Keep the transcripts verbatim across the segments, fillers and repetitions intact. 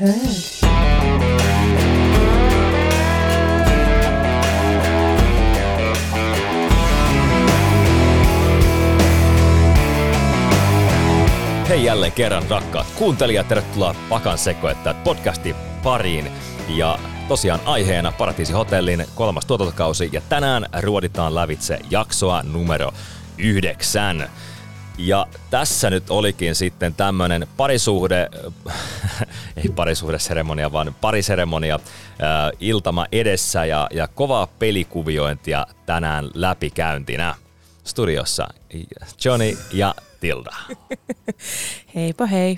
Hei jälleen kerran rakkaat kuuntelijat, tervetuloa Pakan sekoittajat podcastin pariin. Ja tosiaan aiheena Paratiisi Hotellin kolmas tuotantokausi ja tänään ruoditaan lävitse jaksoa numero yhdeksän. Ja tässä nyt olikin sitten tämmönen parisuhde, ei parisuhdeseremonia, vaan pariseremonia, äh, iltama edessä ja, ja kovaa pelikuviointia tänään läpikäyntinä. Studiossa Johnny ja Tilda. Heipä hei.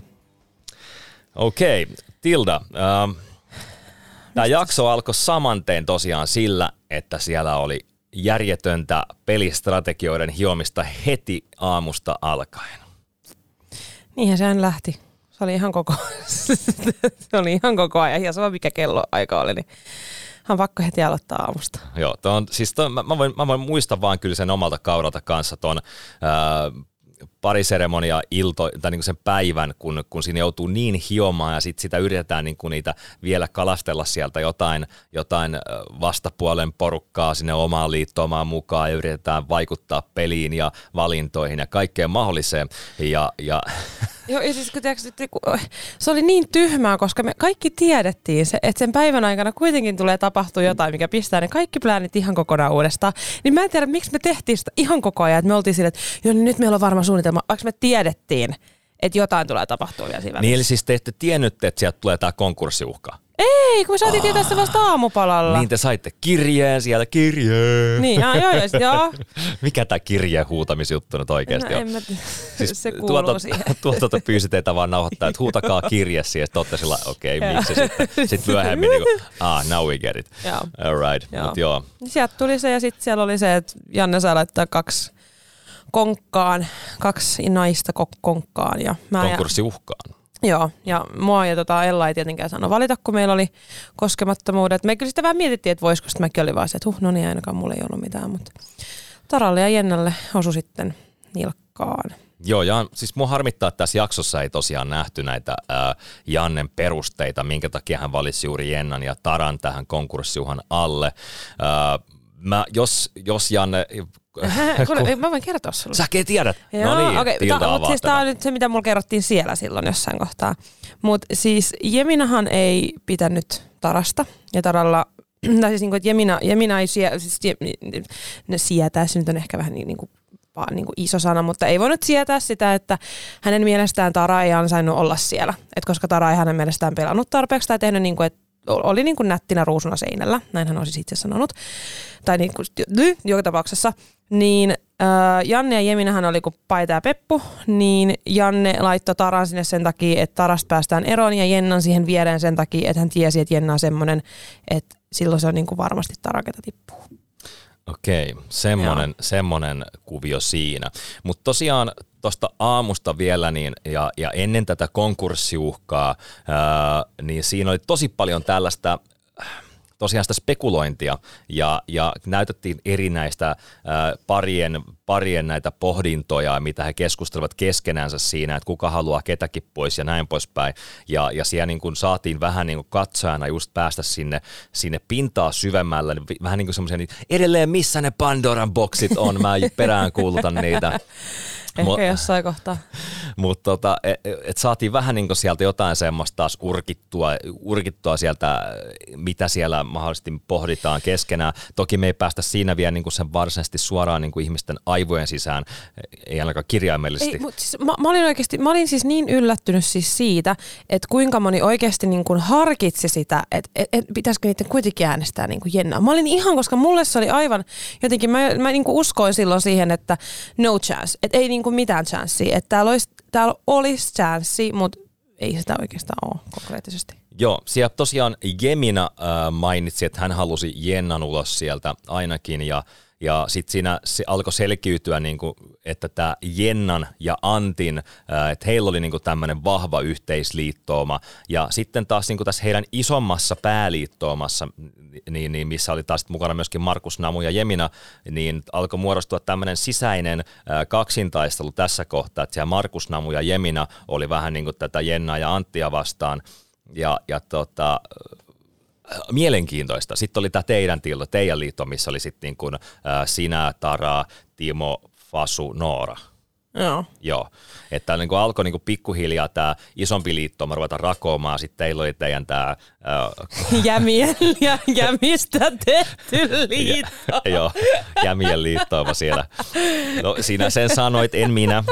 Okei, okay, Tilda. Äh, Tämä jakso alkoi samanteen tosiaan sillä, että siellä oli järjetöntä pelistrategioiden hiomista heti aamusta alkaen. Niinhän sehän lähti. Se oli ihan koko, se oli ihan koko ajan. Ja sama mikä kello aika oli, niin on pakko heti aloittaa aamusta. Joo, ton, siis ton, mä, mä, voin, mä voin muistaa vaan kyllä sen omalta kaudelta kanssa ton ää, pariseremonia ilto, tai niin kuin sen päivän, kun, kun siinä joutuu niin hiomaan ja sit sitä yritetään niin kuin niitä vielä kalastella sieltä jotain, jotain vastapuolen porukkaa sinne omaan liittoomaan mukaan ja yritetään vaikuttaa peliin ja valintoihin ja kaikkeen mahdolliseen. Ja, ja Joo, ja siis kun tiiäks, se oli niin tyhmää, koska me kaikki tiedettiin, se, että sen päivän aikana kuitenkin tulee tapahtua jotain, mikä pistää ne kaikki pläänit ihan kokonaan uudestaan. Niin mä en tiedä, miksi me tehtiin sitä ihan koko ajan, että me oltiin silleen, että joo, niin nyt meillä on varma suunnitelma, vaikka me tiedettiin, että jotain tulee tapahtua vielä siinä välissä. Niin eli siis te ette tiennyt, että sieltä tulee tää konkurssiuhka? Ei, kun me saatiin tietää se vasta aamupalalla. Niin te saitte kirjeen sieltä, kirjeen. Niin, joo, joo, joo. Mikä tää kirjeen huutamisjuttu nyt oikeesti no, on? En mä t- siis se kuuluu tuota, siihen. Tuota pyysi teitä vaan nauhoittaa, että huutakaa kirje siihen, että ootte sillä, okei, okay, miksi sitten? Sitten myöhemmin niin kuin, ah, now we get it. Joo. All right, joo. Mut joo. Sieltä tuli se ja sitten siellä oli se, että Janne sai laittaa kaksi konkkaan, kaksi naista konkkaan. Ja mä konkurssiuhkaan. Joo, ja mua ja tota Ella ei tietenkään saanut valita, kun meillä oli koskemattomuudet. Me kyllä sitä vähän mietittiin, että voisiko sitä, mäkin oli vaan se, että huh, no niin, ainakaan mulla ei ollut mitään, mutta Taralle ja Jennalle osui sitten nilkkaan. Joo, ja siis mua harmittaa, että tässä jaksossa ei tosiaan nähty näitä ää, Jannen perusteita, minkä takia hän valitsi juuri Jennan ja Taran tähän konkurssiuhan alle. Ää, mä, jos, jos Janne... Kuule, mä voin kertoa sulle. Sä tiedät. Joo, no niin, okay. Tilda Mutta siis tää on nyt se, mitä mulla kerrottiin siellä silloin jossain kohtaa. Mutta siis Jeminahan ei pitänyt Tarasta. Ja Taralla, tai siis niinku, että Jemina, Jemina ei sie, siis, ne sietää, se nyt on ehkä vähän niin, niin kuin, vaan niin kuin iso sana, mutta ei voinut sietää sitä, että hänen mielestään Tara ei ansainnut olla siellä. Et koska Tara ei hänen mielestään pelannut tarpeeksi tai tehnyt niin kuin, että oli niin kuin nättinä ruusuna seinällä, näin hän olisi itse sanonut, tai niin kuin, joka tapauksessa, niin äh, Janne ja Jeminahan oli kuin paita ja peppu, niin Janne laittoi Taran sinne sen takia, että Tarasta päästään eroon ja Jennan siihen viereen sen takia, että hän tiesi, että Jenna on semmoinen, että silloin se on niin kuin varmasti Tara, ketä tippuu. Okei, semmonen, semmonen kuvio siinä. Mutta tosiaan tuosta aamusta vielä niin, ja, ja ennen tätä konkurssiuhkaa, ää, niin siinä oli tosi paljon tällaista tosiaan sitä spekulointia ja, ja näytettiin erinäistä ää, parien, parien näitä pohdintoja, mitä he keskustelevat keskenänsä siinä, että kuka haluaa ketäkin pois ja näin poispäin. Ja, ja siellä niin kuin saatiin vähän niin kuin katsojana just päästä sinne, sinne pintaa syvemmälle, vähän niin kuin semmoisia, niin edelleen missä ne Pandoran boksit on, mä perään kuulutan niitä. Ehkä Mut, jossain kohtaa. Mutta tota, et, et saatiin vähän niin sieltä jotain semmoista taas urkittua, urkittua sieltä, mitä siellä mahdollisesti pohditaan keskenään. Toki me ei päästä siinä vielä niin sen varsinaisesti suoraan niin ihmisten aivojen sisään, ei ainakaan kirjaimellisesti. Ei, mutta siis, mä, mä, olin oikeasti, mä olin siis niin yllättynyt siis siitä, että kuinka moni oikeasti niin kuin harkitsi sitä, että et, et, pitäisikö niiden kuitenkin äänestää niin kuin Jennaa. Mä olin ihan, koska mulle se oli aivan, jotenkin mä, mä niin kuin uskoin silloin siihen, että no chance, että ei niin kuin mitään chanssiä, että täällä olisi, täällä olisi chanssi, mutta ei sitä oikeastaan ole konkreettisesti. Joo, siellä tosiaan Jemina äh, mainitsi, että hän halusi Jennan ulos sieltä ainakin, ja, ja sitten siinä se alkoi selkiytyä, niin kuin, että tämä Jennan ja Antin, äh, että heillä oli niin kuin tämmöinen vahva yhteisliittooma, ja sitten taas niin kuin tässä heidän isommassa pääliittoomassa, niin, niin, missä oli taas mukana myöskin Markus Namu ja Jemina, niin alkoi muodostua tämmöinen sisäinen äh, kaksintaistelu tässä kohtaa, että siellä Markus Namu ja Jemina oli vähän niin kuin tätä Jennaa ja Anttia vastaan. Ja, ja tota, mielenkiintoista. Sitten oli tämä teidän tilto, teidän liitto, missä oli sitten niin kuin, ää, sinä, Tara, Timo, Fasu, Noora. Joo. Joo, että niin kuin alkoi niin kuin pikkuhiljaa tämä isompi liitto, mä ruvetaan rakoamaan, sitten teillä oli teidän tämä... Äh, Jämien ja jämistä tehty liitto. ja, joo, jämien liittoima siellä. No sinä sen sanoit, en minä.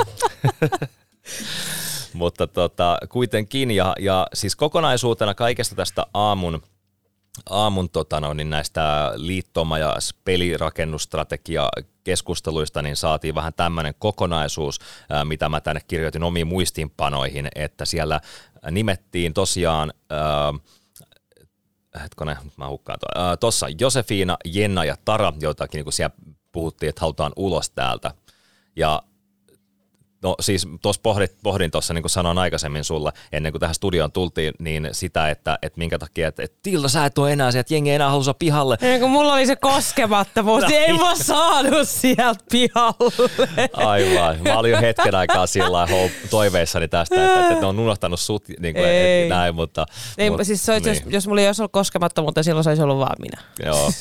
Mutta tota, kuitenkin, ja, ja siis kokonaisuutena kaikesta tästä aamun, aamun tota, no, niin näistä liittoma- ja pelirakennusstrategia keskusteluista, niin saatiin vähän tämmöinen kokonaisuus, ää, mitä mä tänne kirjoitin omiin muistiinpanoihin, että siellä nimettiin tosiaan, ää, hetkonen, mä hukkaan tuolla, tuossa Josefina, Jenna ja Tara, joitakin niin kuin siellä puhuttiin, että halutaan ulos täältä, ja no siis tuossa pohdin, pohdin tuossa, niin kuin sanoin aikaisemmin sulle, ennen kuin tähän studioon tultiin, niin sitä, että, että minkä takia, että, että Tilda, sä et ole enää sieltä, jengi ei enää halua pihalle. Ja kun mulla oli se koskemattomuus, niin ei mä saanut sieltä pihalle. Aivan. Mä olin jo hetken aikaa sillä toiveissani tästä, että, että ne on unohtanut sut, niin kuin, et, näin, mutta... Ei, mutta siis se, niin. jos, jos mulla ei olisi ollut koskemattomuutta, silloin se olisi ollut vaan minä. Joo.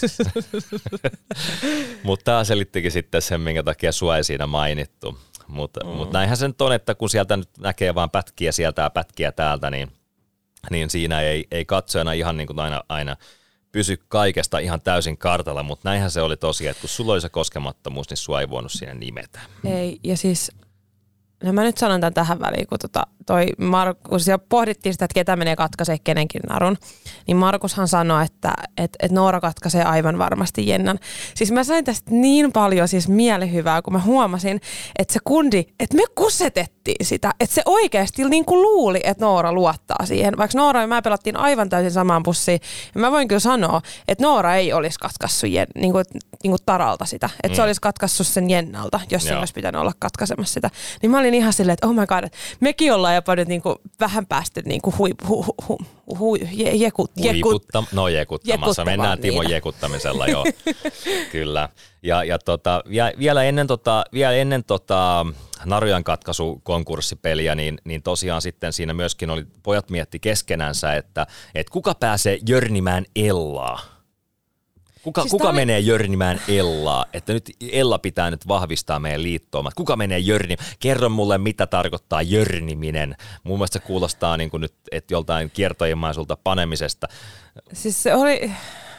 Mutta tämä selittikin sitten sen, minkä takia sua ei siinä mainittu. Mutta mm. mut näinhän se nyt on, että kun sieltä nyt näkee vaan pätkiä sieltä ja pätkiä täältä, niin, niin siinä ei, ei katsojana ihan niin kuin aina, aina pysy kaikesta ihan täysin kartalla, mutta näinhän se oli tosiaan, että kun sulla oli se koskemattomuus, niin sua ei voinut siinä nimetä. Ei, ja siis, no mä nyt sanon tämän tähän väliin, kun tota, toi Markus, ja pohdittiin sitä, että ketä menee katkaisee kenenkin narun, niin Markushan sanoi, että et, et Noora katkaisee aivan varmasti Jennan. Siis mä sain tästä niin paljon siis mielihyvää, kun mä huomasin, että se kundi, että me kusetettiin sitä, että se oikeasti niin kuin luuli, että Noora luottaa siihen. Vaikka Noora ja mä pelattiin aivan täysin samaan pussiin, ja mä voin kyllä sanoa, että Noora ei olisi katkaissut Jen, niin kuin, niin kuin Taralta sitä, että mm. se olisi katkaissut sen Jennalta, jos se olisi pitänyt olla katkaisemassa sitä. Niin mä olin ihan silleen, että oh my god, mekin ollaan jopa nyt niin kuin vähän päästy niin kuin hui, hu, hu, hu, hu, je, jekut, jekut, no jekuttamassa, mennään Timon niin. jekuttamisella, joo, kyllä. Ja, ja tota, vielä ennen, tota, vielä ennen tota, narujen katkaisu-konkurssipeliä, niin, niin tosiaan sitten siinä myöskin oli, pojat mietti keskenänsä, että, että kuka pääsee jörnimään Ellaa. Kuka, siis kuka oli... menee jörnimään Ellaa? Että nyt Ella pitää nyt vahvistaa meidän liittoomat. Kuka menee jörnimään? Kerro mulle, mitä tarkoittaa jörniminen. Mun mielestä se kuulostaa niin kuin nyt, että joltain kiertoilmaisulta panemisesta. Siis se oli...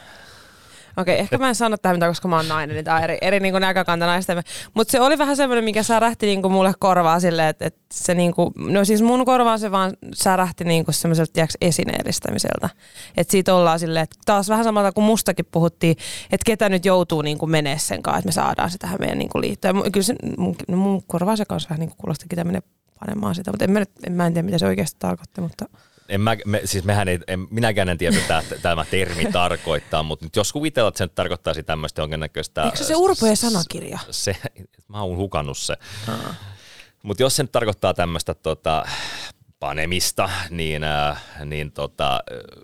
Okei, ehkä mä en sano tähän mitään, koska mä oon nainen, niin tää on eri, eri niin näkökanta naisten. Mutta se oli vähän semmoinen, mikä särähti niin kuin mulle korvaa silleen, että, että se niin kuin, no siis mun korvaan se vaan särähti niin kuin semmoiselta tiiäks, esineellistämiseltä. Että siitä ollaan silleen, että taas vähän samalta kuin mustakin puhuttiin, että ketä nyt joutuu niin kuin menee sen kanssa, että me saadaan se tähän meidän niin kuin liittoon. Ja kyllä se, mun, mun korvaan se kanssa vähän niin kuin kuulosti, ketä menee panemaan sitä, mutta en mä, nyt, en, mä en tiedä, mitä se oikeasti tarkoitti, mutta... En mä, me, siis mehän ei, en, minäkään en tiedä, mitä tämä termi tarkoittaa, mutta nyt jos kuvitellaan, että se nyt tarkoittaisi tämmöistä jonkinnäköistä... Eikö se se Urpojen sanakirja? Se, mä oon hukannut se. Mutta jos se nyt tarkoittaa tämmöistä tota, panemista, niin, äh, niin tota,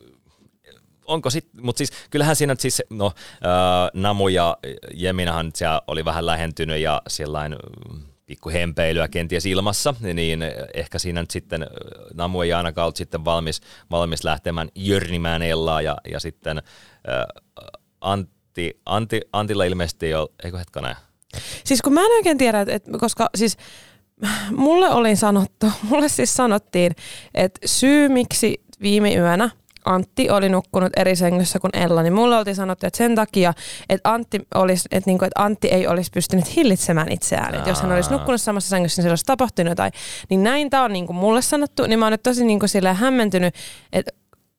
onko sitten, mutta siis kyllähän siinä siis, no äh, Namu ja Jeminahan siellä oli vähän lähentynyt ja sillain... pikku hempeilyä kenties ilmassa, niin ehkä siinä nyt sitten Namu ei ainakaan ollut sitten valmis, valmis lähtemään jörnimään Ellaa, ja, ja sitten äh, Antti, Antti, Antilla ilmeisesti jo, eikö hetkone? Siis kun mä en oikein tiedä, että, että koska siis mulle oli sanottu, mulle siis sanottiin, että syy miksi viime yönä Antti oli nukkunut eri sängyssä kuin Ella, niin mulle oltiin sanottu, että sen takia, että Antti, olisi, että niinku, että Antti ei olisi pystynyt hillitsemään itseään. Että jos hän olisi nukkunut samassa sängyssä, niin se olisi tapahtunut jotain. Niin näin tämä on niinku mulle sanottu, niin mä oon nyt tosi niinku silleen hämmentynyt, että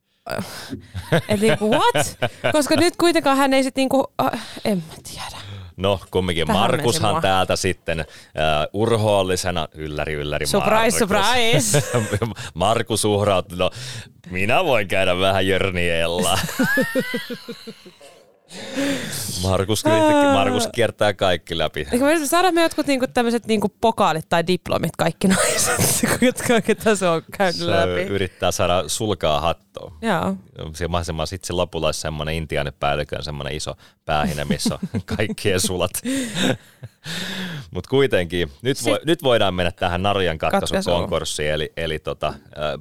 et niinku what? Koska nyt kuitenkaan hän ei sitten niinku, uh, en mä tiedä. No kumminkin tähän Markushan täältä sitten uh, urhoollisena, ylläri ylläri surprise, Markus. Surprise, Markus uhraut, no minä voin käydä vähän jörniellaa. Markus, Markus kiertää kaikki läpi. Eikö me saada me jotkut niinku tämmöiset niinku pokaalit tai diplomit kaikki naiset, jotka ketä se on käynyt läpi? Yrittää saada sulkaa hattoa. Joo. Mahdollisimman sitten se lopulla olisi semmoinen intiaanipäällikön semmoinen iso päähine, missä on kaikkien sulat. Mutta kuitenkin, nyt, vo, nyt voidaan mennä tähän narjan katkaisun konkurssiin, eli, eli tota,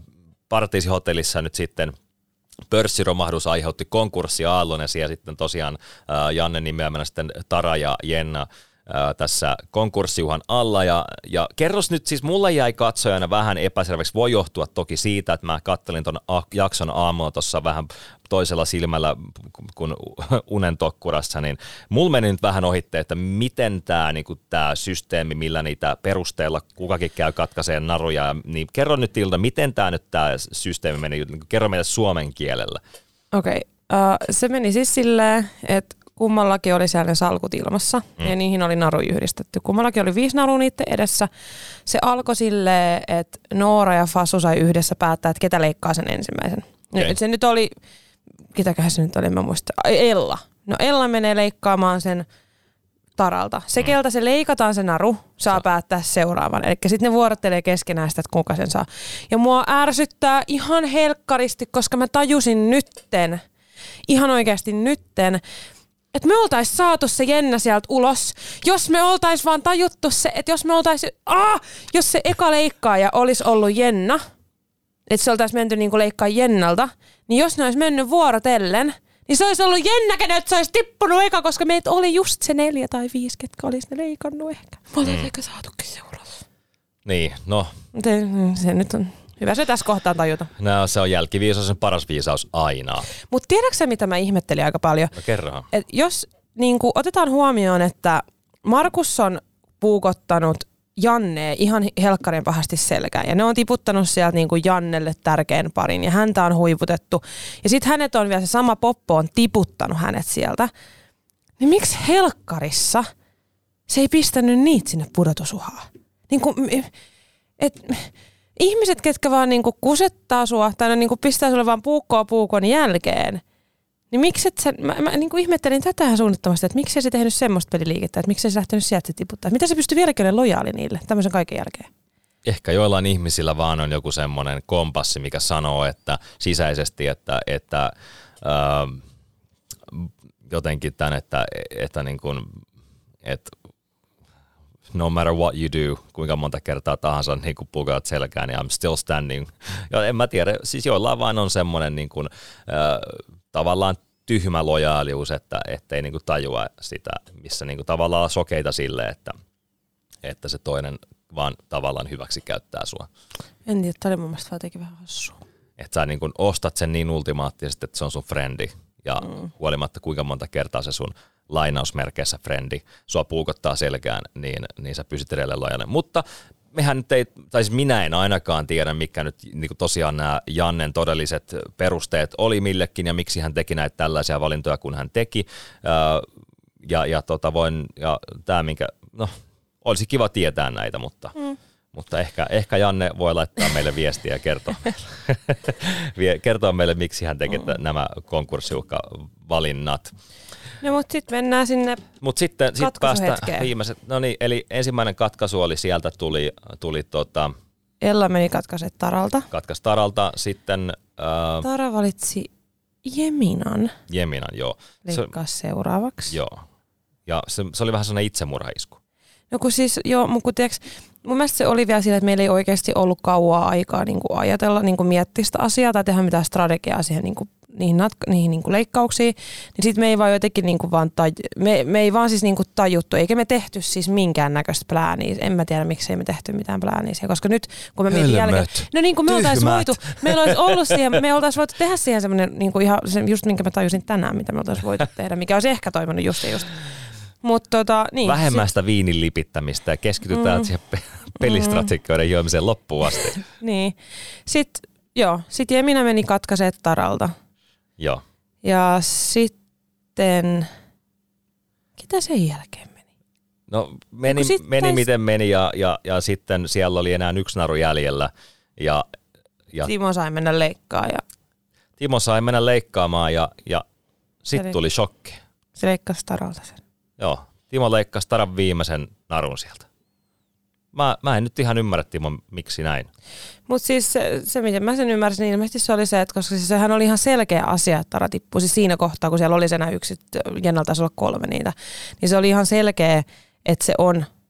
Paratiisihotellissa nyt sitten pörssiromahdus aiheutti konkurssiaallon ja siellä sitten tosiaan ää, Janne nimeämänä sitten Tara ja Jenna ää, tässä konkurssiuhan alla. Ja, ja kerros nyt, siis mulla jäi katsojana vähän epäselväksi, voi johtua toki siitä, että mä kattelin ton a- jakson aamulla tuossa vähän toisella silmällä kuin unen tokkurassa, niin mulla meni nyt vähän ohitte, että miten tämä niinku, tää systeemi, millä niitä perusteella kukakin käy katkaiseen naruja, niin kerro nyt Tilda, miten tämä nyt tämä systeemi meni, niin kerro meille suomen kielellä. Okei, okay. uh, se meni siis silleen, että kummallakin oli siellä ne salkut ilmassa mm. ja niihin oli naru yhdistetty. Kummallakin oli viisi narua niiden edessä. Se alkoi silleen, että Noora ja Fasu sai yhdessä päättää, että ketä leikkaa sen ensimmäisen. Okay. Se nyt oli, ketäköhän se nyt oli, mä muistan, Ella. No Ella menee leikkaamaan sen Taralta. Se, mm. keltä se leikataan se naru, saa Sa- päättää seuraavan. Eli sitten ne vuorottelee keskenään sitä, että kuka sen saa. Ja mua ärsyttää ihan helkkaristi, koska mä tajusin nytten, ihan oikeasti nytten, että me oltais saatu se Jenna sieltä ulos, jos me oltais vaan tajuttu se, että jos me oltais, aah, jos se eka leikkaaja olisi ollut Jenna, että se oltais menty niinku leikkaa Jennalta, niin jos ne olisi mennyt vuorotellen, niin se olisi ollut Jenna, kenet se olisi tippunut eka, koska meitä oli just se neljä tai viisi, ketkä olisi ne leikannut ehkä. Me oltais mm. ehkä saatukin se ulos. Niin, no. Se, se nyt on hyvä se tässä kohtaan tajuta. No, se on jälkiviisaus, sen paras viisaus aina. Mutta tiedätkö sä, mitä mä ihmettelin aika paljon? No kerrohan. Et jos niin kun otetaan huomioon, että Markus on puukottanut Jannea ihan helkkarin pahasti selkään. Ja ne on tiputtanut sieltä niin kuin Jannelle tärkeän parin. Ja häntä on huiputettu. Ja sitten hänet on vielä se sama Poppo on tiputtanut hänet sieltä. Niin miksi helkkarissa se ei pistänyt niitä sinne pudotusuhaan? Niin kuin, et, ihmiset, ketkä vaan niin kuin kusettaa sua tai niin kuin pistää sulle vaan puukkoa puukon jälkeen. Niin miksi et sä, mä, mä niin kuin ihmettelin tätä suunnattomasti, että miksi se tehnyt semmoista peliliikettä, että miksi se lähtenyt sieltä tiputtaa. Mitä se pystyy vieläkin olemaan lojaali niille tämmöisen kaiken jälkeen? Ehkä joillain ihmisillä vaan on joku semmoinen kompassi, mikä sanoo, että sisäisesti, että, että äh, jotenkin tämän, että, että niin kuin, että no matter what you do, kuinka monta kertaa tahansa niin kuin pukaat selkään, niin I'm still standing. Ja en mä tiedä, siis joillain vaan on semmoinen niin kuin, äh, tavallaan tyhmä lojaalius, että ei niinku tajua sitä, missä niinku tavallaan sokeita sille, että, että se toinen vaan tavallaan hyväksi käyttää sua. En tiedä, tämä oli mun mielestä vaan teki vähän hassua. Että sä niinku ostat sen niin ultimaattisesti, että se on sun frendi ja mm. huolimatta kuinka monta kertaa se sun lainausmerkeissä frendi sua puukottaa selkään, niin, niin sä pysyt edelleen lojaalinen. Mutta mehän nyt ei, tai siis minä en ainakaan tiedä, mikä nyt niin kuin tosiaan nämä Jannen todelliset perusteet oli millekin ja miksi hän teki näitä tällaisia valintoja, kun hän teki. Ja, ja, tota voin, ja tämä minkä, no olisi kiva tietää näitä, mutta, mm. mutta ehkä, ehkä Janne voi laittaa meille viestiä ja kertoa meille, kertoa meille miksi hän teki mm. nämä konkurssiuhkavalinnat. No mutta sitten mennään sinne Mut sitten sit päästään viimeiset, no niin, eli ensimmäinen katkaisu oli sieltä tuli, tuli tota... Ella meni katkaiset Taralta. Katkaisi Taralta, sitten... Ää, Tara valitsi Jeminan. Jeminan, joo. Leikkaa seuraavaksi. Joo, ja se, se oli vähän sellainen itsemurhaisku. No kun siis, joo, mun, kun tiiäks, mun mielestä se oli vielä sillä, että meillä ei oikeasti ollut kauaa aikaa niin kuin ajatella, niin kuin miettiä sitä asiaa tai tehdä mitään strategiaa siihen niin kuin niihin, natka- niihin niinku leikkauksiin, niin sitten me ei vaan jotenkin niinku vaan taj- me, me ei vaan siis niinku tajuttu, eikä me tehty siis minkäännäköistä plääniä. En mä tiedä, miksi ei me tehty mitään plääniä siihen, koska nyt kun me mietin jälkeen, no niin kuin me oltais voitu, meillä olisi ollut siihen, me oltais voitu tehdä siihen semmoinen niinku ihan se, just minkä mä tajusin tänään, mitä me oltais voitu tehdä, mikä olisi ehkä toiminut just ja just. Mut tota, niin, vähemmästä sit viinin lipittämistä ja keskitytään mm, siihen pe- pelistrategioiden mm. juomiseen loppuun asti. Niin. Sitten joo, sit Jemina meni katkaisemaan Taralta. Joo. Ja sitten, ketä sen jälkeen meni? No meni, no, meni tais... miten meni ja, ja, ja sitten siellä oli enää yksi naru jäljellä. Ja, ja Timo sai mennä leikkaamaan. Ja Timo sai mennä leikkaamaan ja, ja sitten tuli shokki. Se leikkasi Taralta sen. Joo, Timo leikkasi Taran viimeisen narun sieltä. Mä, mä en nyt ihan ymmärrä, Timo, miksi näin. Mutta siis se, se, miten mä sen ymmärsin, niin ilmeisesti se oli se, että koska siis sehän oli ihan selkeä asia, että Tara tippui siis siinä kohtaa, kun siellä oli se enää yksi, Jennalla taisi olla kolme niitä, niin se oli ihan selkeä, että se on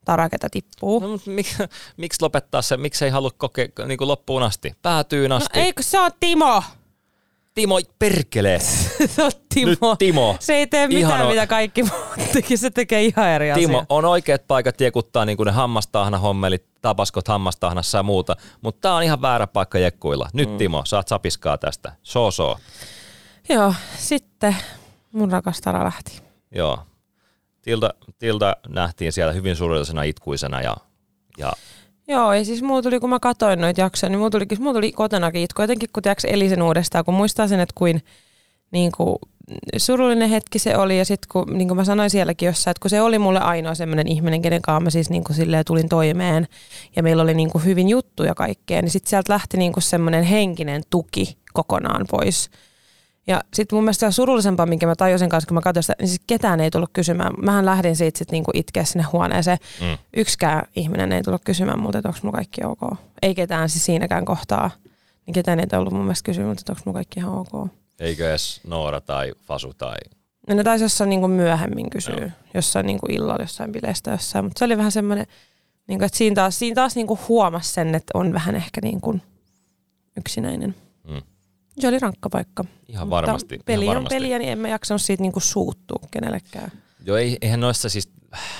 Tara, ketä tippuu. No, mutta miksi, miksi lopettaa se? Miksi ei halua kokea niin kuin loppuun asti? Päätyyn asti. No eikö se on Timo? Timo, perkele. Se on Timo. Nyt Timo. Se ei tee mitään, Ihano. mitä kaikki muut tekee. Se tekee ihan eri asiaa. Timo, on oikeat paikat tiekuttaa niin kuin ne hammastahna-hommelit, tapaskot hammastahnassa ja muuta, mutta tää on ihan väärä paikka jekkuilla. Nyt mm. Timo, saat sapiskaa tästä. So so. Joo, sitten mun rakas Tara lähti. Joo. Tilda, Tilda nähtiin siellä hyvin surullisena itkuisena ja... ja Joo, ja siis mulla tuli, kun mä katsoin noita jaksoja, niin mulla tuli, mulla tuli kotonakin itku. Jotenkin kun tiiäks eli sen uudestaan, kun muistaa sen, että kuin, niin kuin surullinen hetki se oli. Ja sitten kun niin kuin mä sanoin sielläkin jossain, että kun se oli mulle ainoa semmoinen ihminen, kenen kanssa mä siis niin kuin silleen tulin toimeen. Ja meillä oli niin kuin hyvin juttuja kaikkea, niin sitten sieltä lähti niin kuin semmoinen henkinen tuki kokonaan pois. Ja sitten mun mielestä se on surullisempaa, minkä mä tajusin kanssa, kun mä katsoin sitä, niin siis ketään ei tullut kysymään. Mähän lähdin siitä sitten niinku itkeä sinne huoneeseen. Mm. Yksikään ihminen ei tullut kysymään multa, että onko mulla kaikki ok. Ei ketään siis siinäkään kohtaa. Niin ketään ei tullut mun mielestä kysymään, että onko mulla kaikki ihan ok. Eikö edes Noora tai Fasu tai... No ne taisi jossain niinku myöhemmin kysyä. No. Jossain niinku illalla, jossain bileistä jossain. Mutta se oli vähän semmoinen, niinku, että siinä taas, siinä taas niinku huomasi sen, että on vähän ehkä niinku yksinäinen. Mm. Se oli rankka paikka. Ihan varmasti. Mutta peli ihan on varmasti. peliä, niin en mä jaksanut siitä niinku suuttua kenellekään. Joo, eihän noissa siis...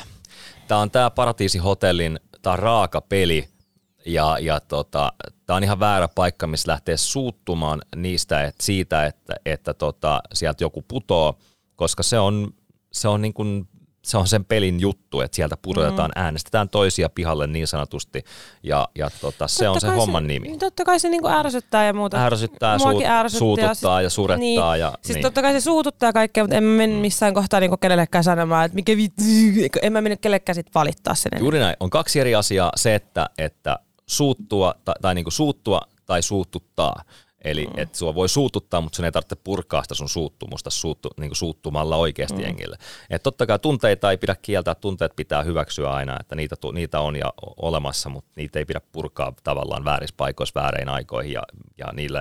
Tää on tää Paratiisi-hotellin, tää on raaka peli ja, ja tota, tää on ihan väärä paikka, missä lähtee suuttumaan niistä, että siitä, että, että tota, sieltä joku putoo, koska se on, se on niin kuin... Se on sen pelin juttu, että sieltä pudotetaan, mm. äänestetään toisia pihalle niin sanotusti, ja, ja tota, se on se homman se, nimi. Totta kai se niinku ärsyttää ja muuta. Ärsyttää, suut, suututtaa ja surettaa. Niin. Ja, siis niin. totta kai se suututtaa kaikkea, mutta en mä mene missään kohtaa niinku kenellekään sanomaan, että mikä vitsi, en mä mene kenellekään sit valittaa sen. Juuri näin. On kaksi eri asiaa, se, että, että suuttua tai, tai niinku suuttua tai suututtaa. Eli mm. että sua voi suututtaa, mutta sun ei tarvitse purkaa sitä sun suuttumusta suuttu, niin kuin suuttumalla oikeasti mm. jengille. Että totta kai tunteita ei pidä kieltää, tunteet pitää hyväksyä aina, että niitä, niitä on ja olemassa, mutta niitä ei pidä purkaa tavallaan väärissä paikoissa, väärein aikoihin ja, ja niille,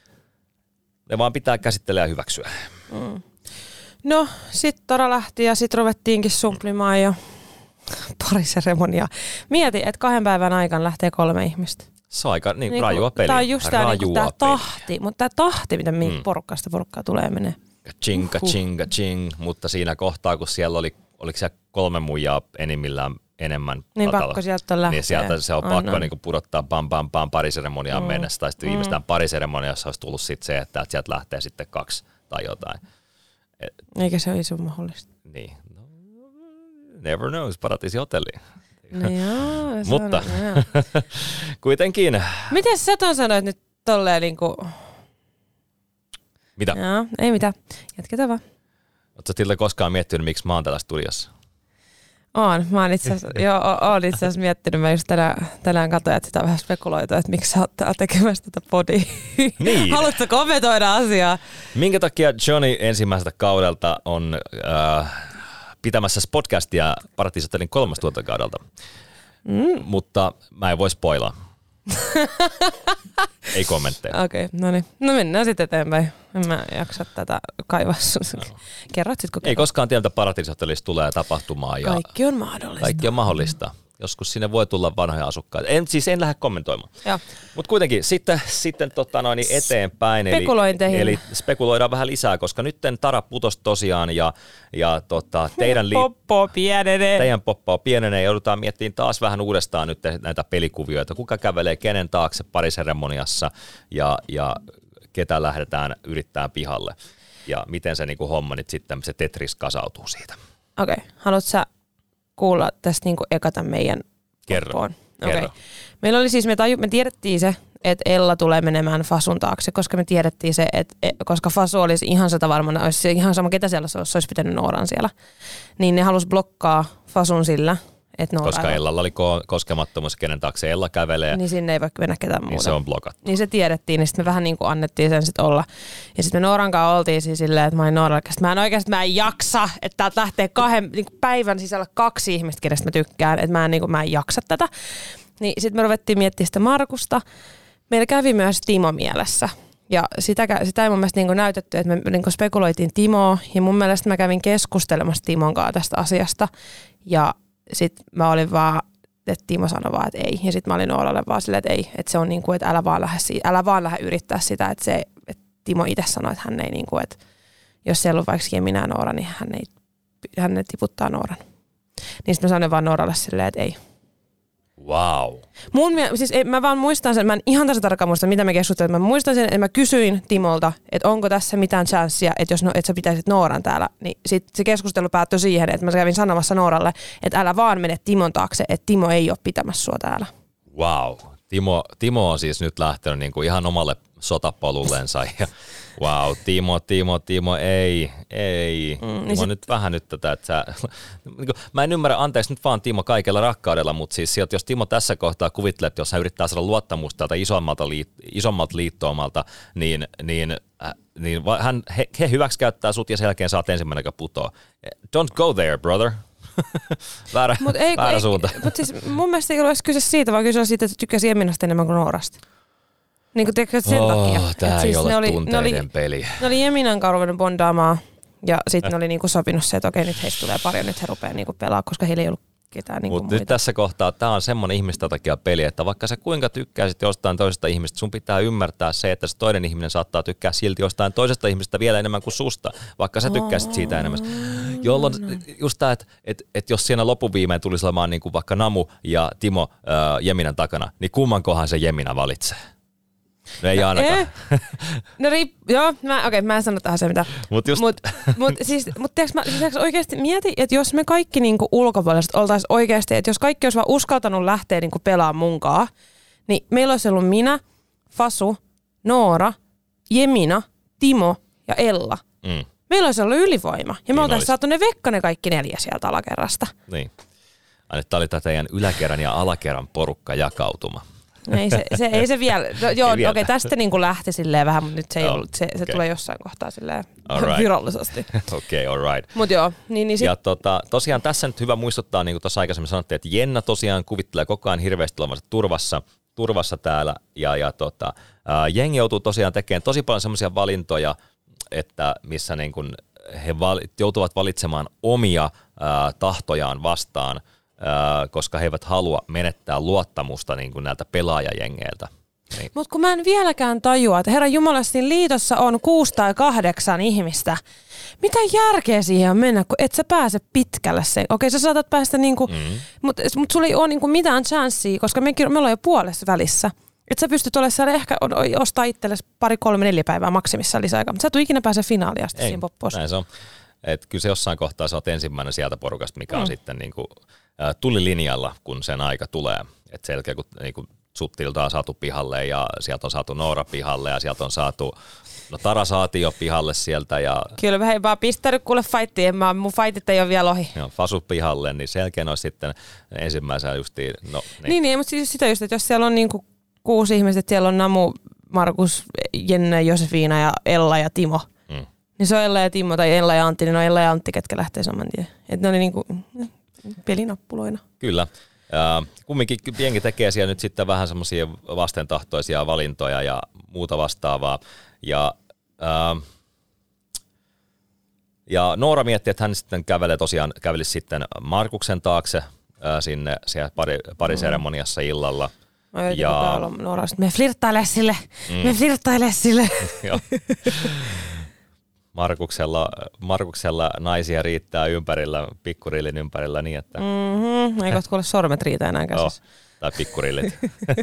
ne vaan pitää käsitellä ja hyväksyä. Mm. No, sit Tara lähti ja sit ruvettiinkin sumplimaan jo pariseremonia. Mieti, että kahden päivän aikana lähtee kolme ihmistä. Se on aika niin, niin rajua peliä. Tämä on just tämä niin tahti, mutta tämä tahti, mitä mm. porukkaasta porukkaa tulee menee. Ching, ching, ching, mutta siinä kohtaa, kun siellä oli, oliko siellä kolme muijaa enimmillään enemmän niin patalla, pakko sieltä on lähteä. Niin sieltä se on, on pakko on. Niin pudottaa pam pam pam pariseremoniaan mm. mennessä, tai sitten mm. viimeistään pariseremoniassa olisi tullut sit se, että sieltä lähtee sitten kaksi tai jotain. Et, eikä se olisi mahdollista. Niin. No, never knows, Paratiisi-hotelli. No joo, mutta on, kuitenkin. Miten sä ton sanoit nyt tolleen niinku... Mitä? Joo, ei mitään. Jatketaan vaan. Ootko Tilda koskaan miettinyt, miksi mä oon täällä studiossa? Oon. Mä oon itse asiassa, joo, oon itse asiassa miettinyt. Mä just tänään, tänään katsoin, että sitä vähän spekuloitu, että miksi sä oot täällä tekemässä tätä podia. Niin. Haluatko kommentoida asiaa? Minkä takia Johnny ensimmäiseltä kaudelta on... Äh, pitämässä podcastia Paratiisi-hotellin kolmas tuotantokaudelta, mm. mutta mä en voi spoilaa. Ei kommentteja. Okei, okay, no niin. No mennään sitten eteenpäin. En mä jaksa tätä kaivaa. No. Kerrot sit, kun Ei koskaan tiedä, että Paratiisi-hotellissa tulee tapahtumaan. Ja kaikki on mahdollista. Kaikki on mahdollista. Joskus sinne voi tulla vanhoja asukkaita. En, siis en lähde kommentoimaan. Mutta kuitenkin sitten, sitten tota noin eteenpäin. Spekulointeihin. Eli, eli spekuloidaan vähän lisää, koska nyt Tara putosi tosiaan ja, ja tota, teidän, li- poppo pienenee. teidän poppo pienenee. Joudutaan miettimään taas vähän uudestaan nyt näitä pelikuvioita. Kuka kävelee kenen taakse pariseremoniassa ja, ja ketä lähdetään yrittämään pihalle. Ja miten se niinku homma nyt sitten, se Tetris kasautuu siitä. Okei, okay. Haluatko sä kuulla tästä niinku ekata meidän Kerro. Okay. Meillä oli siis, me, taju, me tiedettiin se, että Ella tulee menemään Fasun taakse, koska me tiedettiin se, että koska Fasu olisi ihan sata varmana, olisi ihan sama ketä siellä olisi, olisi pitänyt Nooran siellä, niin ne halusi blokkaa Fasun sillä, että Noora koska Ellalla oli ko- koskemattomuus, kenen taakse Ella kävelee. Niin sinne ei voi mennä ketään muuta. Niin se on blokattu. Niin se tiedettiin, niin sitten me vähän niin kuin annettiin sen sitten olla. Ja sitten me Nooran kanssa oltiin siis silleen, että mä en Nooralle, että mä en oikeasti mä en jaksa, että täältä lähtee kahden niin kuin päivän sisällä kaksi ihmistä, kenestä mä tykkään, että mä en, niin kuin, mä en jaksa tätä. Niin sitten me ruvettiin miettimään sitä Markusta. Meillä kävi myös Timo mielessä. Ja sitä, sitä ei mun mielestä niin näytetty, että me niin spekuloitiin Timoa. Ja mun mielestä mä kävin keskustelemassa Timon kanssa tästä asiasta. Ja sitten mä olin vaan, että Timo sanoi vaan, että ei. Ja sitten mä olin Nooralle vaan silleen, että ei. Että se on niin kuin, että älä vaan lähde, älä vaan lähde yrittää sitä. Että, se, että Timo itse sanoi, että hän ei niin kuin, että jos siellä on vaikka Jemina ja Noora, niin hän ei, hän ei tiputtaa Nooran. Niin sitten mä sanoin vaan Nooralle silleen, että ei. Wow. Mun mielestä, siis ei, mä vaan muistan sen, mä en ihan tässä tarkkaan muista, mitä me keskustelimme. Mä muistan sen, että mä kysyin Timolta, että onko tässä mitään chanssia, että jos no, että sä pitäisit Nooran täällä. Niin sit se keskustelu päättyi siihen, että mä kävin sanomassa Nooralle, että älä vaan mene Timon taakse, että Timo ei ole pitämässä sua täällä. Wow. Timo, Timo on siis nyt lähtenyt niinku ihan omalle sotapolullensa. Ja wow, Timo, Timo, Timo, ei, ei. Mm, Timo niin sit... nyt vähän nyt tätä, että sä... Mä en ymmärrä, anteeksi nyt vaan Timo kaikella rakkaudella, mutta siis jos Timo tässä kohtaa kuvittelee, että jos hän yrittää saada luottamusta tältä isommalta, liit, isommalta liittoomalta, niin, niin, äh, niin hän, he, he hyväksikäyttää sut ja sen jälkeen saat ensimmäinen, joka putoo. Don't go there, brother. väärä mut ei, väärä ei, suunta. Mutta siis mun mielestä ei ole kyse siitä, vaan kyse siitä, että tykkäsi Jeminasta enemmän kuin Noorasta. Niin kuin teikö sen oh, takia. Tää ei siis ole oli, tunteiden ne oli, peli. Ne oli Jeminan kanssa ruvennut bondaamaan ja sitten ne oli niinku sopinut se, että okei nyt heistä tulee pari ja nyt he rupeaa niinku pelaa, koska heillä ei ollut ketään niinku Mutta muita. nyt tässä kohtaa tämä on semmoinen ihmistä takia peli, että vaikka sä kuinka tykkäisit jostain toisesta ihmistä, sun pitää ymmärtää se, että se toinen ihminen saattaa tykkää silti jostain toisesta ihmisestä vielä enemmän kuin susta, vaikka sä tykkäisit siitä enemmän. Jolloin just tämä, että et, et jos siinä lopuviimein tulisi olemaan niin kuin vaikka Namu ja Timo ää, Jeminan takana, niin kummankohan se Jemina valitsee? No ei no, ainakaan. Eh. No riip, joo, mä, okei, okay, mä en sano tähän se mitä. Mut just... Mut, mut siis, mut tiiäks mä siis oikeesti mieti, että jos me kaikki niinku ulkopuoliset oltais oikeesti, että jos kaikki olisi vaan uskaltanut lähteä niinku pelaamaan munkaan, niin meillä olisi ollut minä, Fasu, Noora, Jemina, Timo ja Ella. Mm. Meillä olisi ollut ylivoima. Ja me niin oltaisiin saatu ne vekka ne kaikki neljä sieltä alakerrasta. Niin. Aina tämä oli tämä teidän yläkerran ja alakerran porukka jakautuma. Ei se, se, ei se vielä, no, joo, okei, okay, tästä niin kuin lähti silleen vähän, mutta nyt se ei oh, ollut, se, se okay. tulee jossain kohtaa silleen right. virallisesti. Okei, okay, all right. Mut joo, niin, niin sit... Ja tota, tosiaan tässä nyt hyvä muistuttaa, niin kuin tuossa aikaisemmin sanottiin, että Jenna tosiaan kuvittelee koko ajan hirveästi olevansa turvassa, turvassa täällä, ja, ja tota, ää, jengi joutuu tosiaan tekemään tosi paljon semmoisia valintoja, että missä niin kuin he val, joutuvat valitsemaan omia ää, tahtojaan vastaan, koska he eivät halua menettää luottamusta niin kuin näiltä pelaajajengeiltä. Niin. Mutta kun mä en vieläkään tajua, että herran jumala, siinä liitossa on kuusi tai kahdeksan ihmistä. Mitä järkeä siihen on mennä, kun et sä pääse pitkälle sen. Okei, sä saatat päästä niinku, mm. mutta mut sulla ei ole niinku mitään chanssia, koska mekin, me ollaan jo puolessa välissä. Että sä pystyt olemaan siellä ehkä ostaa itsellesi pari, kolme, neljä päivää maksimissaan lisäaikaa, mutta sä et ole ikinä pääse finaaliin asti siinä poppoissa. Näin se on. Että kyllä se jossain kohtaa sä oot ensimmäinen sieltä porukasta, mikä on mm. sitten niinku, äh, tulilinjalla, kun sen aika tulee. Että selkeä, kun niinku, Suttilta on saatu pihalle ja sieltä on saatu Noora pihalle ja sieltä on saatu, no Tara saatiin jo pihalle sieltä. Ja kyllä mä hei vaan pistänyt kuule fightiin, mä, mun fightit ei ole vielä ohi. Joo, Fasu pihalle, niin selkeä olisi sitten ensimmäisenä justiin. No, niin. niin, niin, mutta siis sitä just, että jos siellä on niinku kuusi ihmistä, että siellä on Namu, Markus, Jenne, Josefina ja Ella ja Timo. Mm. Niin se on Ella ja Timo tai Ella ja Antti, niin on Ella ja Antti, ketkä lähtee saman tien. Että ne oli niinku pelinappuloina. Kyllä. Ja kumminkin jengi tekee siellä nyt sitten vähän semmoisia vastentahtoisia valintoja ja muuta vastaavaa. Ja, ää, ja Noora mietti, että hän sitten kävelee tosiaan, kävelisi sitten Markuksen taakse ää, sinne siellä pari, pariseremoniassa illalla. Mä yritin ja olla Noora, että me flirttailee sille, mm. me flirttailee sille. Markuksella, Markuksella naisia riittää ympärillä, pikkurillin ympärillä niin, että... Mm-hmm. Ei kohta kuule sormet riitä enää käsissä. Oh, tai pikkurillit.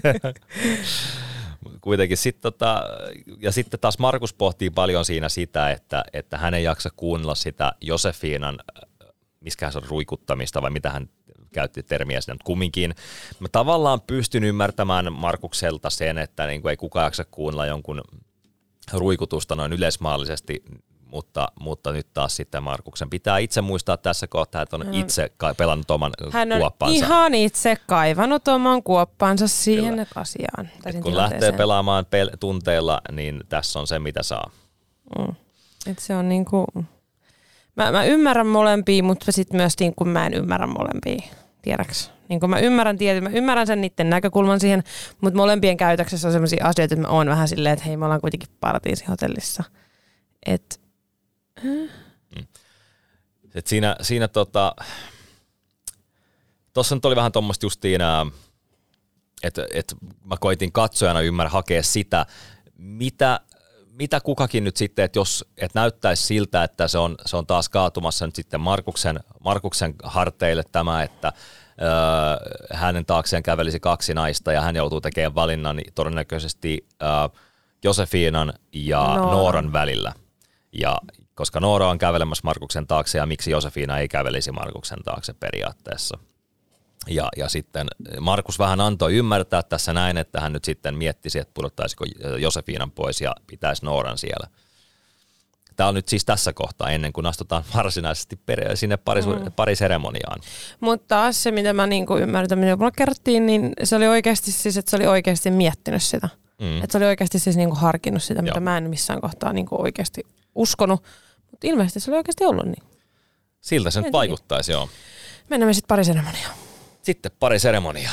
Kuitenkin sitten tota, ja sitten taas Markus pohtii paljon siinä sitä, että, että hän ei jaksa kuunnella sitä Josefiinan, miskähän se on ruikuttamista vai mitä hän käytti termiä siinä, mutta kumminkin mä tavallaan pystyn ymmärtämään Markukselta sen, että niin kuin ei kukaan jaksa kuunnella jonkun ruikutusta noin yleismaallisesti, mutta, mutta nyt taas sitten Markuksen pitää itse muistaa tässä kohtaa, että on hän itse pelannut oman hän kuoppansa. Hän on ihan itse kaivannut oman kuoppansa siihen Kyllä. asiaan. Kun lähtee pelaamaan pel- tunteilla, niin tässä on se, mitä saa. Mm. Et se on niinku... Mä, mä ymmärrän molempia, mutta sitten myös niin kuin mä en ymmärrä molempia, tiedäks? Niin kuin mä ymmärrän tietysti, mä ymmärrän sen niiden näkökulman siihen, mutta molempien käytöksessä on sellaisia asioita, että mä oon vähän silleen, että hei, me ollaan kuitenkin paratiisihotellissa. Et... Et siinä, siinä tota... Tuossa nyt oli vähän tuommoista justiin, että et mä koitin katsojana ymmärrä hakea sitä, mitä, mitä kukakin nyt sitten, että jos et näyttäisi siltä, että se on, se on taas kaatumassa nyt sitten Markuksen, Markuksen harteille tämä, että öö, hänen taakseen kävelisi kaksi naista ja hän joutuu tekemään valinnan niin todennäköisesti öö, Josefiinan ja Noora. Nooran välillä. Ja koska Noora on kävelemässä Markuksen taakse ja miksi Josefiina ei kävelisi Markuksen taakse periaatteessa. Ja, ja sitten Markus vähän antoi ymmärtää tässä näin, että hän nyt sitten miettisi, että pudottaisiko Josefiinan pois ja pitäisi Nooran siellä. Tämä on nyt siis tässä kohtaa ennen kuin astutaan varsinaisesti per- sinne parisu- mm. pariseremoniaan. Mutta taas se, mitä mä niinku ymmärrän, mitä mulle kerrottiin, niin se oli oikeasti siis, että se oli oikeasti miettinyt sitä. Mm. Että se oli oikeasti siis niinku harkinnut sitä, mitä Joo. mä en missään kohtaa niinku oikeasti uskonut. Mutta ilmeisesti se oli oikeasti ollut niin. Siltä se nyt vaikuttaisi, joo. Mennään sitten pariseremoniaan. Sitten pariseremoniaa.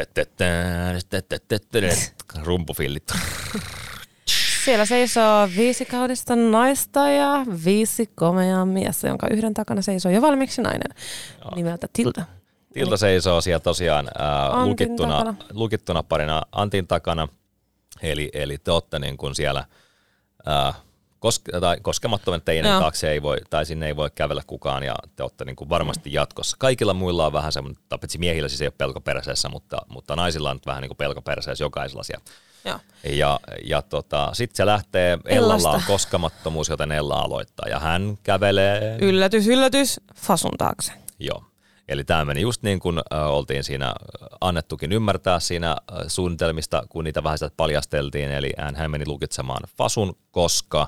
Rumpufillit. Siellä seisoo viisi kaudista naista ja viisi komeaa miestä, jonka yhden takana seisoo jo valmiiksi nainen Joo. nimeltä Tilda. Tilda seisoo siellä tosiaan äh, lukittuna, lukittuna parina Antin takana. Eli, eli te olette niin kuin siellä äh, koske, tai koskemattoman teidän Joo. taakse ei voi, tai sinne ei voi kävellä kukaan ja te olette niin kuin varmasti jatkossa. Kaikilla muilla on vähän semmoinen, tapetsi miehillä siis ei ole pelko perseessä, mutta, mutta naisilla on nyt vähän niin kuin pelko perseessä jokaisella siellä. Joo. Ja, ja tota, sitten se lähtee, Ellalla on koskemattomuus, joten Ella aloittaa ja hän kävelee. Yllätys, yllätys, Fasun taakse. Joo. Eli tämä meni just niin kuin äh, oltiin siinä annettukin ymmärtää siinä äh, suunnitelmista, kun niitä vähän sitä paljasteltiin. Eli hän meni lukitsemaan Fasun, koska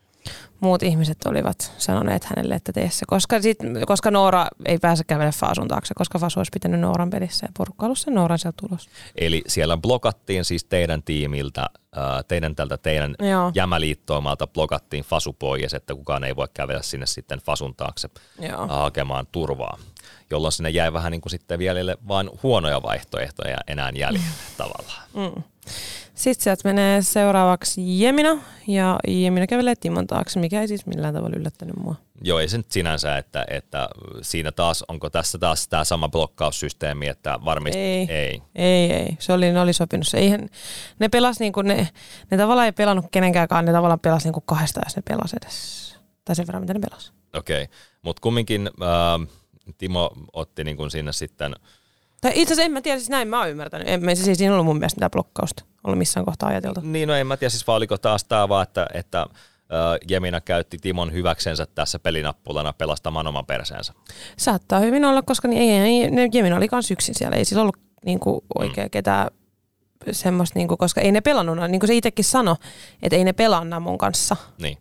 muut ihmiset olivat sanoneet hänelle, että tee se, koska, sit, koska Noora ei pääse kävele Fasun taakse, koska Fasu olisi pitänyt Nooran pelissä ja porukka ollut sen Nooran sieltä tulos. Eli siellä blokattiin siis teidän tiimiltä, äh, teidän tältä teidän Joo. jämäliittoomalta blokattiin Fasu pois, että kukaan ei voi kävellä sinne sitten Fasun taakse Joo. hakemaan turvaa. Jolloin sinne jäi vähän niin kuin sitten vielä vain huonoja vaihtoehtoja enää jäljellä tavallaan. Mm. Sitten sieltä menee seuraavaksi Jemina, ja Jemina kävelee Timon taakse, mikä ei siis millään tavalla yllättänyt mua. Joo, ei se nyt sinänsä, että, että siinä taas, onko tässä taas tämä sama blokkaussysteemi, että varmasti ei. Ei, ei, ei. Se oli, ne oli sopinut. Eihän, ne pelas niin kuin ne, ne tavallaan ei pelannut kenenkään, ne tavallaan pelas niin kuin kahdesta, jos ne pelas edes. Tai sen verran, mitä ne pelas. Okei, okay. Mutta kumminkin äh, Timo otti niin kuin sinne sitten. Tai itse asiassa en mä tiedä, siis näin mä oon ymmärtänyt. En, siis siinä ollut mun mielestä mitään blokkausta. Ollut missään kohtaa ajateltu. Niin, no en mä tiedä, siis vaan oliko taas tää vaan, että, että äh, Jemina käytti Timon hyväksensä tässä pelinappulana pelastamaan oman perseensä. Saattaa hyvin olla, koska niin, ei, ei, Jemina oli kans yksin siellä. Ei siis ollut niinku, oikein mm. ketään semmoista, niinku, koska ei ne pelannut, niin kuin se itsekin sanoi, että ei ne pelaa mun kanssa. Niin.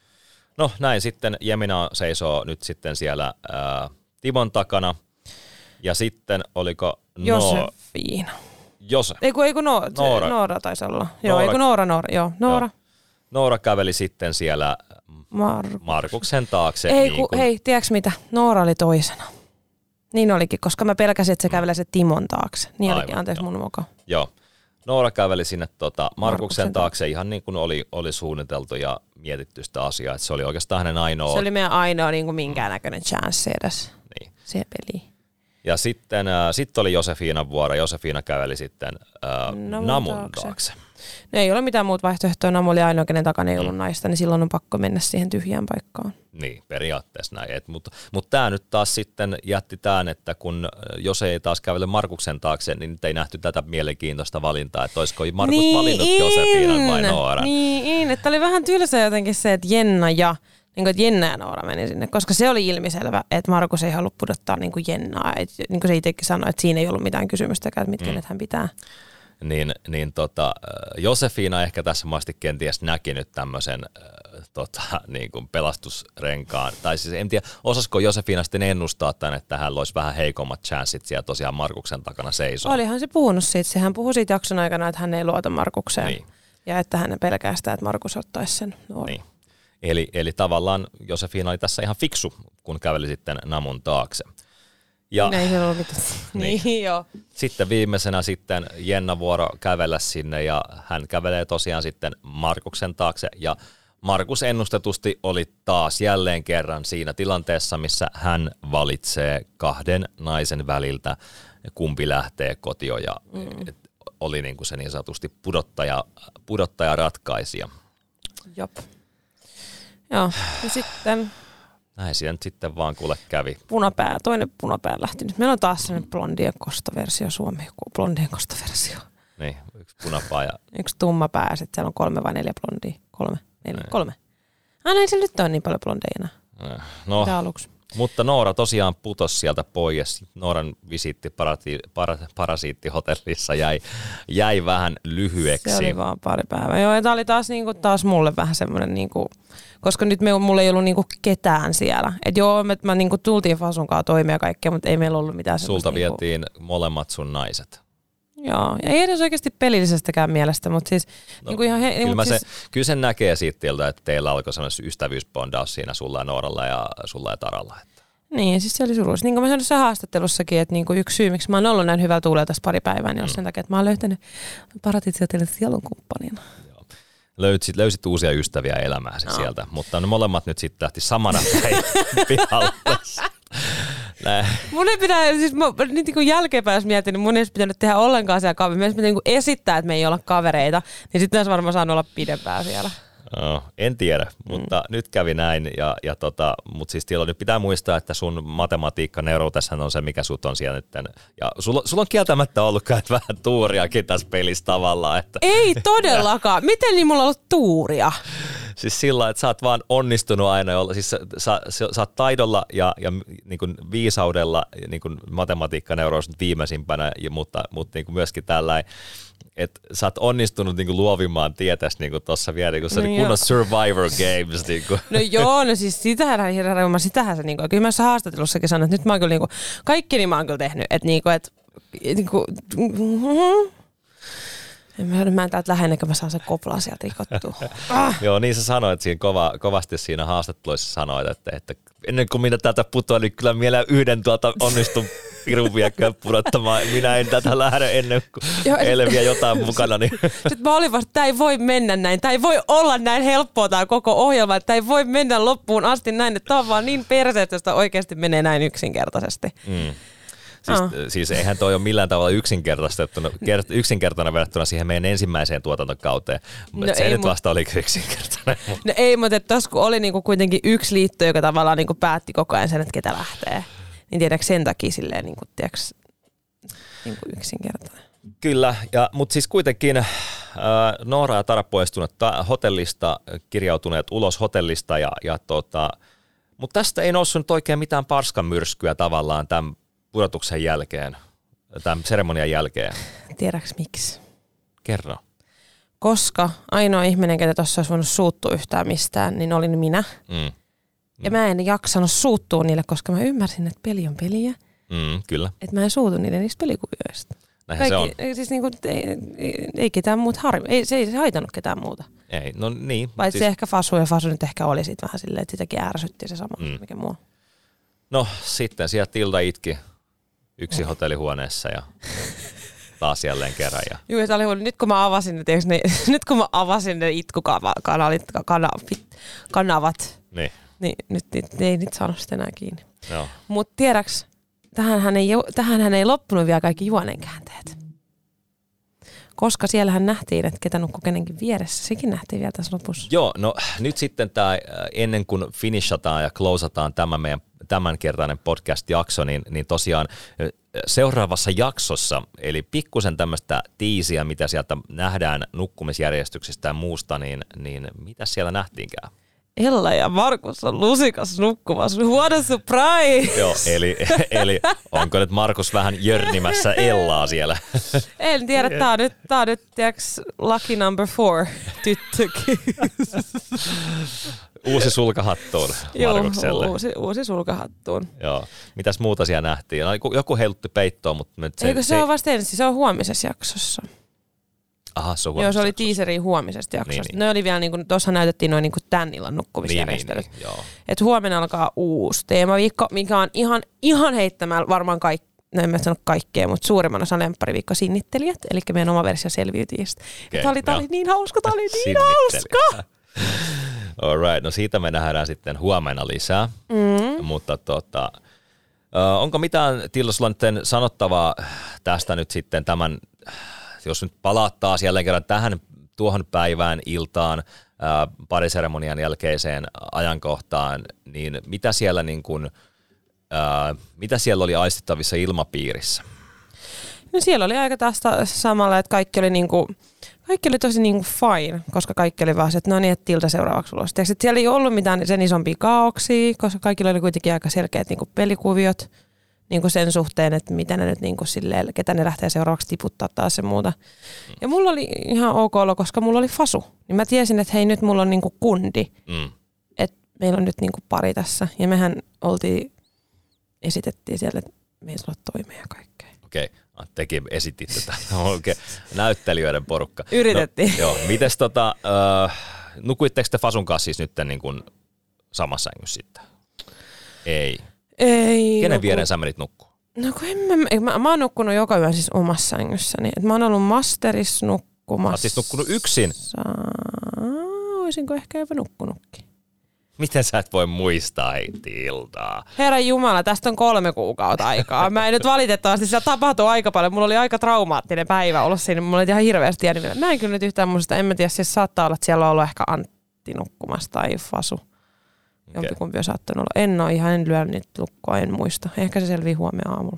No näin sitten Jemina seisoo nyt sitten siellä äh, Timon takana. Ja sitten oliko Josefiina. Jose. Ei kun, ei kun no, Noora. Noora taisi olla. Noora. Joo, ei kun Noora, Noora. Joo, Noora. Joo. Noora käveli sitten siellä Markus. Markuksen taakse. Ei niin kun, hei, tiedätkö mitä? Noora oli toisena. Niin olikin, koska mä pelkäsin, että se kävelee se Timon taakse. Niin Aivan, olikin, anteeksi jo. mun mukaan. Joo. Noora käveli sinne tota, Markuksen, Markuksen taakse ihan niin kuin oli, oli suunniteltu ja mietitty sitä asiaa. Että se oli oikeastaan hänen ainoa. Se oli meidän ainoa niin kuin minkäännäköinen chance edes niin. siihen peliin. Ja sitten äh, sit oli Josefiinan vuoro. Josefiina käveli sitten äh, Namun, Namun taakse. taakse. No ei ole mitään muuta vaihtoehtoa. Namu oli ainoa, kenen takana ei ollut mm. naista, niin silloin on pakko mennä siihen tyhjään paikkaan. Niin, periaatteessa näin. Et, mutta mutta tämä nyt taas sitten jätti tämän, että kun jos ei taas kävele Markuksen taakse, niin ei nähty tätä mielenkiintoista valintaa, että olisiko Markus niin valinnut Josefiinan vai Nooran. Niin, että oli vähän tylsä jotenkin se, että Jenna ja niin kuin, että Jenna ja Noora meni sinne, koska se oli ilmiselvä, että Markus ei halua pudottaa niin kuin Jennaa. Et, niin kuin se itsekin sanoi, että siinä ei ollut mitään kysymystäkään, että mitkä mm. hän pitää. Niin, niin tota, Josefiina ehkä tässä maasti kenties näki nyt tämmöisen äh, tota, niin kuin pelastusrenkaan. Tai siis en tiedä, osasko Josefiina sitten ennustaa tämän, että hän loisi vähän heikommat chanssit siellä tosiaan Markuksen takana seisoo. Olihan se puhunut siitä. Sehän puhui siitä jakson aikana, että hän ei luota Markukseen. Niin. Ja että hän pelkää sitä, että Markus ottaisi sen nuoron. Niin. Eli, eli tavallaan Josefiina oli tässä ihan fiksu, kun käveli sitten Namun taakse. Ja, ei se ollut mitään. niin. niin, joo. Sitten viimeisenä sitten Jenna vuoro kävellä sinne ja hän kävelee tosiaan sitten Markuksen taakse. Ja Markus ennustetusti oli taas jälleen kerran siinä tilanteessa, missä hän valitsee kahden naisen väliltä kumpi lähtee kotiin ja mm. et oli niin kuin se niin sanotusti pudottaja, pudottaja ratkaisija. Jop. Joo, ja sitten... Näin siinä nyt sitten vaan kuule kävi. Punapää, toinen punapää lähti nyt. Meillä on taas sellainen blondien kostoversio, Suomi, blondien kostoversio. Niin, yksi punapää ja... Yksi tumma pää ja sitten siellä on kolme vai neljä blondia. Kolme, neljä, Näin. kolme. Ah, näin se nyt on niin paljon blondeina. No, mutta Noora tosiaan putosi sieltä pois. Nooran visiitti parati, para, parasiittihotellissa jäi, jäi vähän lyhyeksi. Se oli vaan pari päivää. Joo, ja tää oli taas, niinku, taas mulle vähän semmoinen, niinku, koska nyt me, mulla ei ollut niinku ketään siellä. Et joo, me, mä niinku tultiin Fasunkaan toimia kaikkea, mutta ei meillä ollut mitään semmoista. Sulta vietiin niinku... molemmat sun naiset. Joo, ja ei edes oikeasti pelillisestäkään mielestä, mutta siis... No, niin kuin ihan he, kyllä, mut siis... se, kyllä sen näkee siitä, että teillä alkoi sellainen ystävyysbondaus siinä sulla ja Nooralla ja sulla ja Taralla. Että. Niin, siis se oli surullista. Niin kuin mä sanoin tässä haastattelussakin, että niin kuin yksi syy, miksi mä oon ollut näin hyvällä tuulella tässä pari päivää, niin on mm. sen takia, että mä oon löytänyt Paratiitsiotelin sielunkumppanina. Löysit, löysit uusia ystäviä elämääsi no. sieltä, mutta ne molemmat nyt sitten lähti samana päivänä pihalle. Näin. Mun ei pidä, siis mä, nyt niin jälkeenpäin jos mietin, niin mun ei olisi pitänyt tehdä ollenkaan siellä kavereita. Me olisi pitänyt niin esittää, että me ei olla kavereita, niin sitten olisi varmaan saanut olla pidempään siellä. No, en tiedä, mutta mm. nyt kävi näin. Ja, ja tota, mutta siis Tilo, nyt pitää muistaa, että sun matematiikka-neurouteshan on se, mikä sut on siellä nyt. Ja sulla, sulla on kieltämättä ollut vähän tuuriakin tässä pelissä tavallaan. Että. Ei todellakaan. Miten niin mulla on ollut tuuria? Siis sillä, että sä oot vaan onnistunut aina, olla, siis sä, sä, sä oot taidolla ja, ja niin kuin viisaudella, niin kuin matematiikka-neurous nyt viimeisimpänä, mutta, mutta niin kuin myöskin tällainen, että sä oot onnistunut niinku luovimaan tietäisi niinku tuossa vielä, niinku se no oli kunnon Survivor Games. Niinku. No joo, no siis sitähän, sitähän se niinku, kyllä mä tässä haastattelussakin sanoin, että nyt mä oon kyllä niinku, kaikki niin mä oon kyllä tehnyt, että niinku, että niinku, en mä, mä en täältä lähde, kun mä saan sen koplan sieltä rikottua. Ah. Joo, niin sä sanoit siinä kova, kovasti siinä haastatteluissa sanoit, että, että ennen kuin minä täältä putoan, niin kyllä vielä yhden tuolta onnistun piruviekköä pudottamaan. Minä en tätä lähde ennen kuin eilen vielä jotain mukana. Niin. Sitten mä olin vasta, että tämä ei voi mennä näin. Tämä ei voi olla näin helppoa tämä koko ohjelma. Tämä ei voi mennä loppuun asti näin. Että tämä on vaan niin perseestä, että oikeasti menee näin yksinkertaisesti. Mm. Siis, oh. siis eihän toi ole millään tavalla yksinkertainen verrattuna siihen meidän ensimmäiseen tuotantokauteen. No se ei, nyt vasta oli yksinkertainen. No ei, mutta tuossa kun oli niinku kuitenkin yksi liitto, joka tavallaan niinku päätti koko ajan sen, että ketä lähtee. Niin tiedätkö sen takia silleen niinku, tiedätkö, niinku yksinkertainen. Kyllä, ja, mutta siis kuitenkin äh, Noora ja Tara poistuneet hotellista, kirjautuneet ulos hotellista, ja, ja tota, mutta tästä ei noussut nyt oikein mitään parskan myrskyä tavallaan tämän pudotuksen jälkeen, tämän seremonian jälkeen. Tiedätkö miksi? Kerro. Koska ainoa ihminen, ketä tuossa olisi voinut suuttua yhtään mistään, niin olin minä. Mm. Ja mä en jaksanut suuttua niille, koska mä ymmärsin, että peli on peliä. Mm, kyllä. Että mä en suutu niille niistä pelikuvioista. Näinhän se on. Siis niinku, ei, ei, ei ketään muuta harmi. Ei, se ei haitannut ketään muuta. Ei, no niin. Paitsi siis... ehkä Fasu, ja Fasu nyt ehkä oli sit vähän silleen, että sitäkin ärsytti se sama, mm. mikä muu. No sitten sieltä Tilda itki yksi oh. hotellihuoneessa ja taas jälleen kerran. Ja... Juu, ja oli, nyt kun mä avasin ne, ne, nyt kun mä avasin ne itkukanavat, kanavat, niin, niin nyt, nyt ei niitä saanut sitä enää kiinni. Mutta tiedäks, tähän ei, tähän ei loppunut vielä kaikki juonenkäänteet. Koska siellähän nähtiin, että ketä nukkui kenenkin vieressä. Sekin nähtiin vielä tässä lopussa. Joo, no nyt sitten tämä, ennen kuin finishataan ja closataan tämä meidän tämänkertainen podcast-jakso, niin, niin tosiaan seuraavassa jaksossa, eli pikkusen tämmöistä tiisiä, mitä sieltä nähdään nukkumisjärjestyksestä ja muusta, niin, niin mitä siellä nähtiinkään? Ella ja Markus on lusikas nukkumassa. What a surprise! Joo, eli, eli onko nyt Markus vähän jörnimässä Ellaa siellä? En tiedä, tää on nyt, tää on nyt tiiäks, lucky number four tyttökin. Uusi sulkahattuun Markukselle. Joo, uusi, uusi sulkahattuun. Joo. Mitäs muuta siellä nähtiin? Joku heilutti peittoa, mutta... Se, Eikö se, se ole vasta ensin? Se on huomisessa jaksossa. Aha, se on Joo, se oli teaseri huomisesta jaksosta. Niin, niin. Ne oli vielä, niin kuin, tuossa näytettiin noin niin kuin tän illan nukkumisjärjestelyt. Niin, niin, niin, että huomenna alkaa uusi teemaviikko, mikä on ihan, ihan heittämällä varmaan kaikki, no en mä sano kaikkea, mutta suurimman osan lemppariviikko sinnittelijät, eli meidän oma versio selviytyjistä. Okay, tämä oli, no. oli niin hauska, tämä oli niin hauska! All right, no siitä me nähdään sitten huomenna lisää, mm. mutta tota... onko mitään, Tilda, sulla nyt sanottavaa tästä nyt sitten tämän, jos nyt palaat taas jälleen kerran tähän tuohon päivään, iltaan, ää, pariseremonian jälkeiseen ajankohtaan, niin mitä siellä, niin kuin, ää, mitä siellä oli aistittavissa ilmapiirissä? No siellä oli aika taas samalla, että kaikki oli niinku, kaikki oli tosi niinku fine, koska kaikki oli vaan se, että no niin, että Tilda seuraavaksi ulos. Tiedätkö, että siellä ei ollut mitään sen isompia kaaoksia, koska kaikilla oli kuitenkin aika selkeät niinku pelikuviot niinku sen suhteen, että mitä ne nyt niinku silleen, ketä ne lähtee seuraavaksi tiputtaa taas ja muuta. Ja mulla oli ihan ok olo, koska mulla oli fasu. Niin mä tiesin, että hei, nyt mulla on niinku kundi. Mm. Että meillä on nyt niinku pari tässä. Ja mehän oltiin, esitettiin siellä, että me ei sulla toimeen ja kaikkea. Okei. Okay. Tekin esititte tätä. Okay. Näyttelijöiden porukka. Yritettiin. No, joo. Mites tota, äh, nukuitteko te Fasun kanssa siis nyt niin kuin samassa sängyssä sitten? Ei. Ei. Kenen nuku... viereen sä menit nukkuu? No kun en mä, mä, mä oon nukkunut joka yö siis omassa sängyssäni. Et mä oon ollut masterissa nukkumassa. Oot siis nukkunut yksin? Oisinko ehkä jopa nukkunutkin. Miten sä et voi muistaa, hei Tildaa? Herra Jumala, tästä on kolme kuukautta aikaa. Mä en nyt valitettavasti, se tapahtuu aika paljon. Mulla oli aika traumaattinen päivä olla siinä. Mulla oli ihan hirveästi jäänyt. Mä en kyllä nyt yhtään muista. En mä tiedä, siis saattaa olla, että siellä on ollut ehkä Antti nukkumassa tai Fasu. Okay. Jompikumpi on saattanut olla. En ole ihan, en lyö nyt lukkoa, en muista. Ehkä se selvii huomenna aamulla.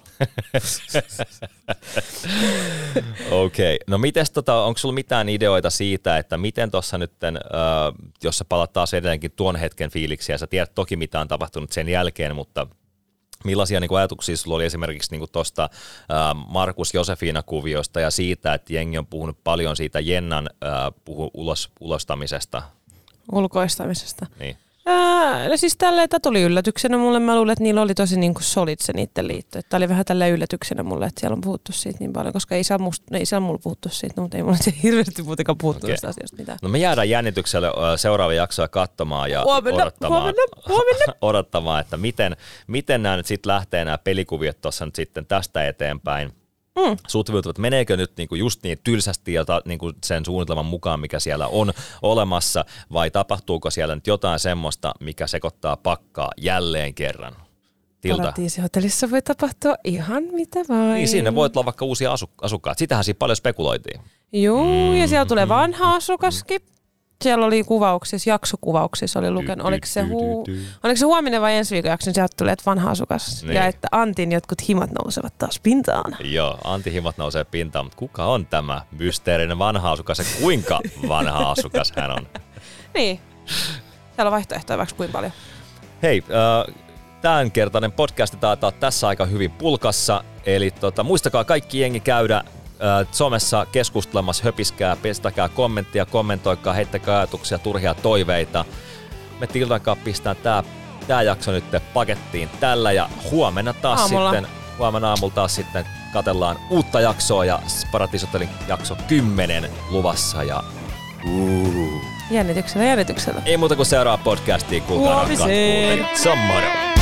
Okei. Okay. No mites tota, onko sulla mitään ideoita siitä, että miten tuossa nyt, äh, jos sä palat taas edelleenkin tuon hetken fiiliksiä, sä tiedät toki mitä on tapahtunut sen jälkeen, mutta millaisia niin kuin ajatuksia sulla oli esimerkiksi niin kuin tuosta äh, Markus Josefina-kuviosta ja siitä, että jengi on puhunut paljon siitä Jennan äh, puhu ulos, ulostamisesta? Ulkoistamisesta. Niin. Ää, no siis tälleen, että tuli yllätyksenä mulle. Mä luulen, että niillä oli tosi niin kuin solid se niiden liitto. Tämä oli vähän tälleen yllätyksenä mulle, että siellä on puhuttu siitä niin paljon, koska ei saa, musta, ei saa mulla puhuttu siitä, no, mutta ei mulla hirveästi muutenkaan puhuttu tästä asiasta mitään. No me jäädään jännitykselle seuraava jaksoa katsomaan ja huomenna, odottamaan, huomenna, huomenna. odottamaan, että miten, miten nämä nyt sitten lähtee nämä pelikuviot tuossa nyt sitten tästä eteenpäin. Mm. Suuttuvilta, meneekö nyt niinku just niin tylsästi ja ta, niinku sen suunnitelman mukaan, mikä siellä on olemassa, vai tapahtuuko siellä nyt jotain semmoista, mikä sekoittaa pakkaa jälleen kerran? Tilda. Paratiisihotellissa voi tapahtua ihan mitä vain. Niin, siinä voi olla vaikka uusia asu- asukkaat. Sitähän siinä paljon spekuloitiin. Joo, mm. ja siellä tulee vanha asukaskin. Siellä oli kuvauksissa, jaksokuvauksissa oli lukenut, oliko se, huu, oliko se huominen vai ensi viikon jakso, niin sieltä tulee, että vanha asukas. Niin. Ja että Antin jotkut himat nousevat taas pintaan. Joo, Antin himat nousee pintaan, mutta kuka on tämä mysteerinen vanha asukas ja kuinka vanha asukas hän on? Niin, siellä on vaihtoehtoja vaikka kuinka paljon. Hei, äh, tämänkertainen podcast taitaa tässä aika hyvin pulkassa, eli tota, muistakaa kaikki jengi käydä somessa keskustelemassa, höpiskää, pistäkää kommenttia, kommentoikaa, heittäkää ajatuksia, turhia toiveita. Me Tildan kanssa pistetään tää, tää jakso nyt pakettiin tällä ja huomenna taas aamulla. sitten, huomenna aamulla taas sitten katsellaan uutta jaksoa ja Paratiisihotellin jakso kymmenen luvassa ja uh. Jännityksellä, jännityksellä. Ei muuta kuin seuraa podcastia, kuulkaa rakkaat kuulijat. Se on moro.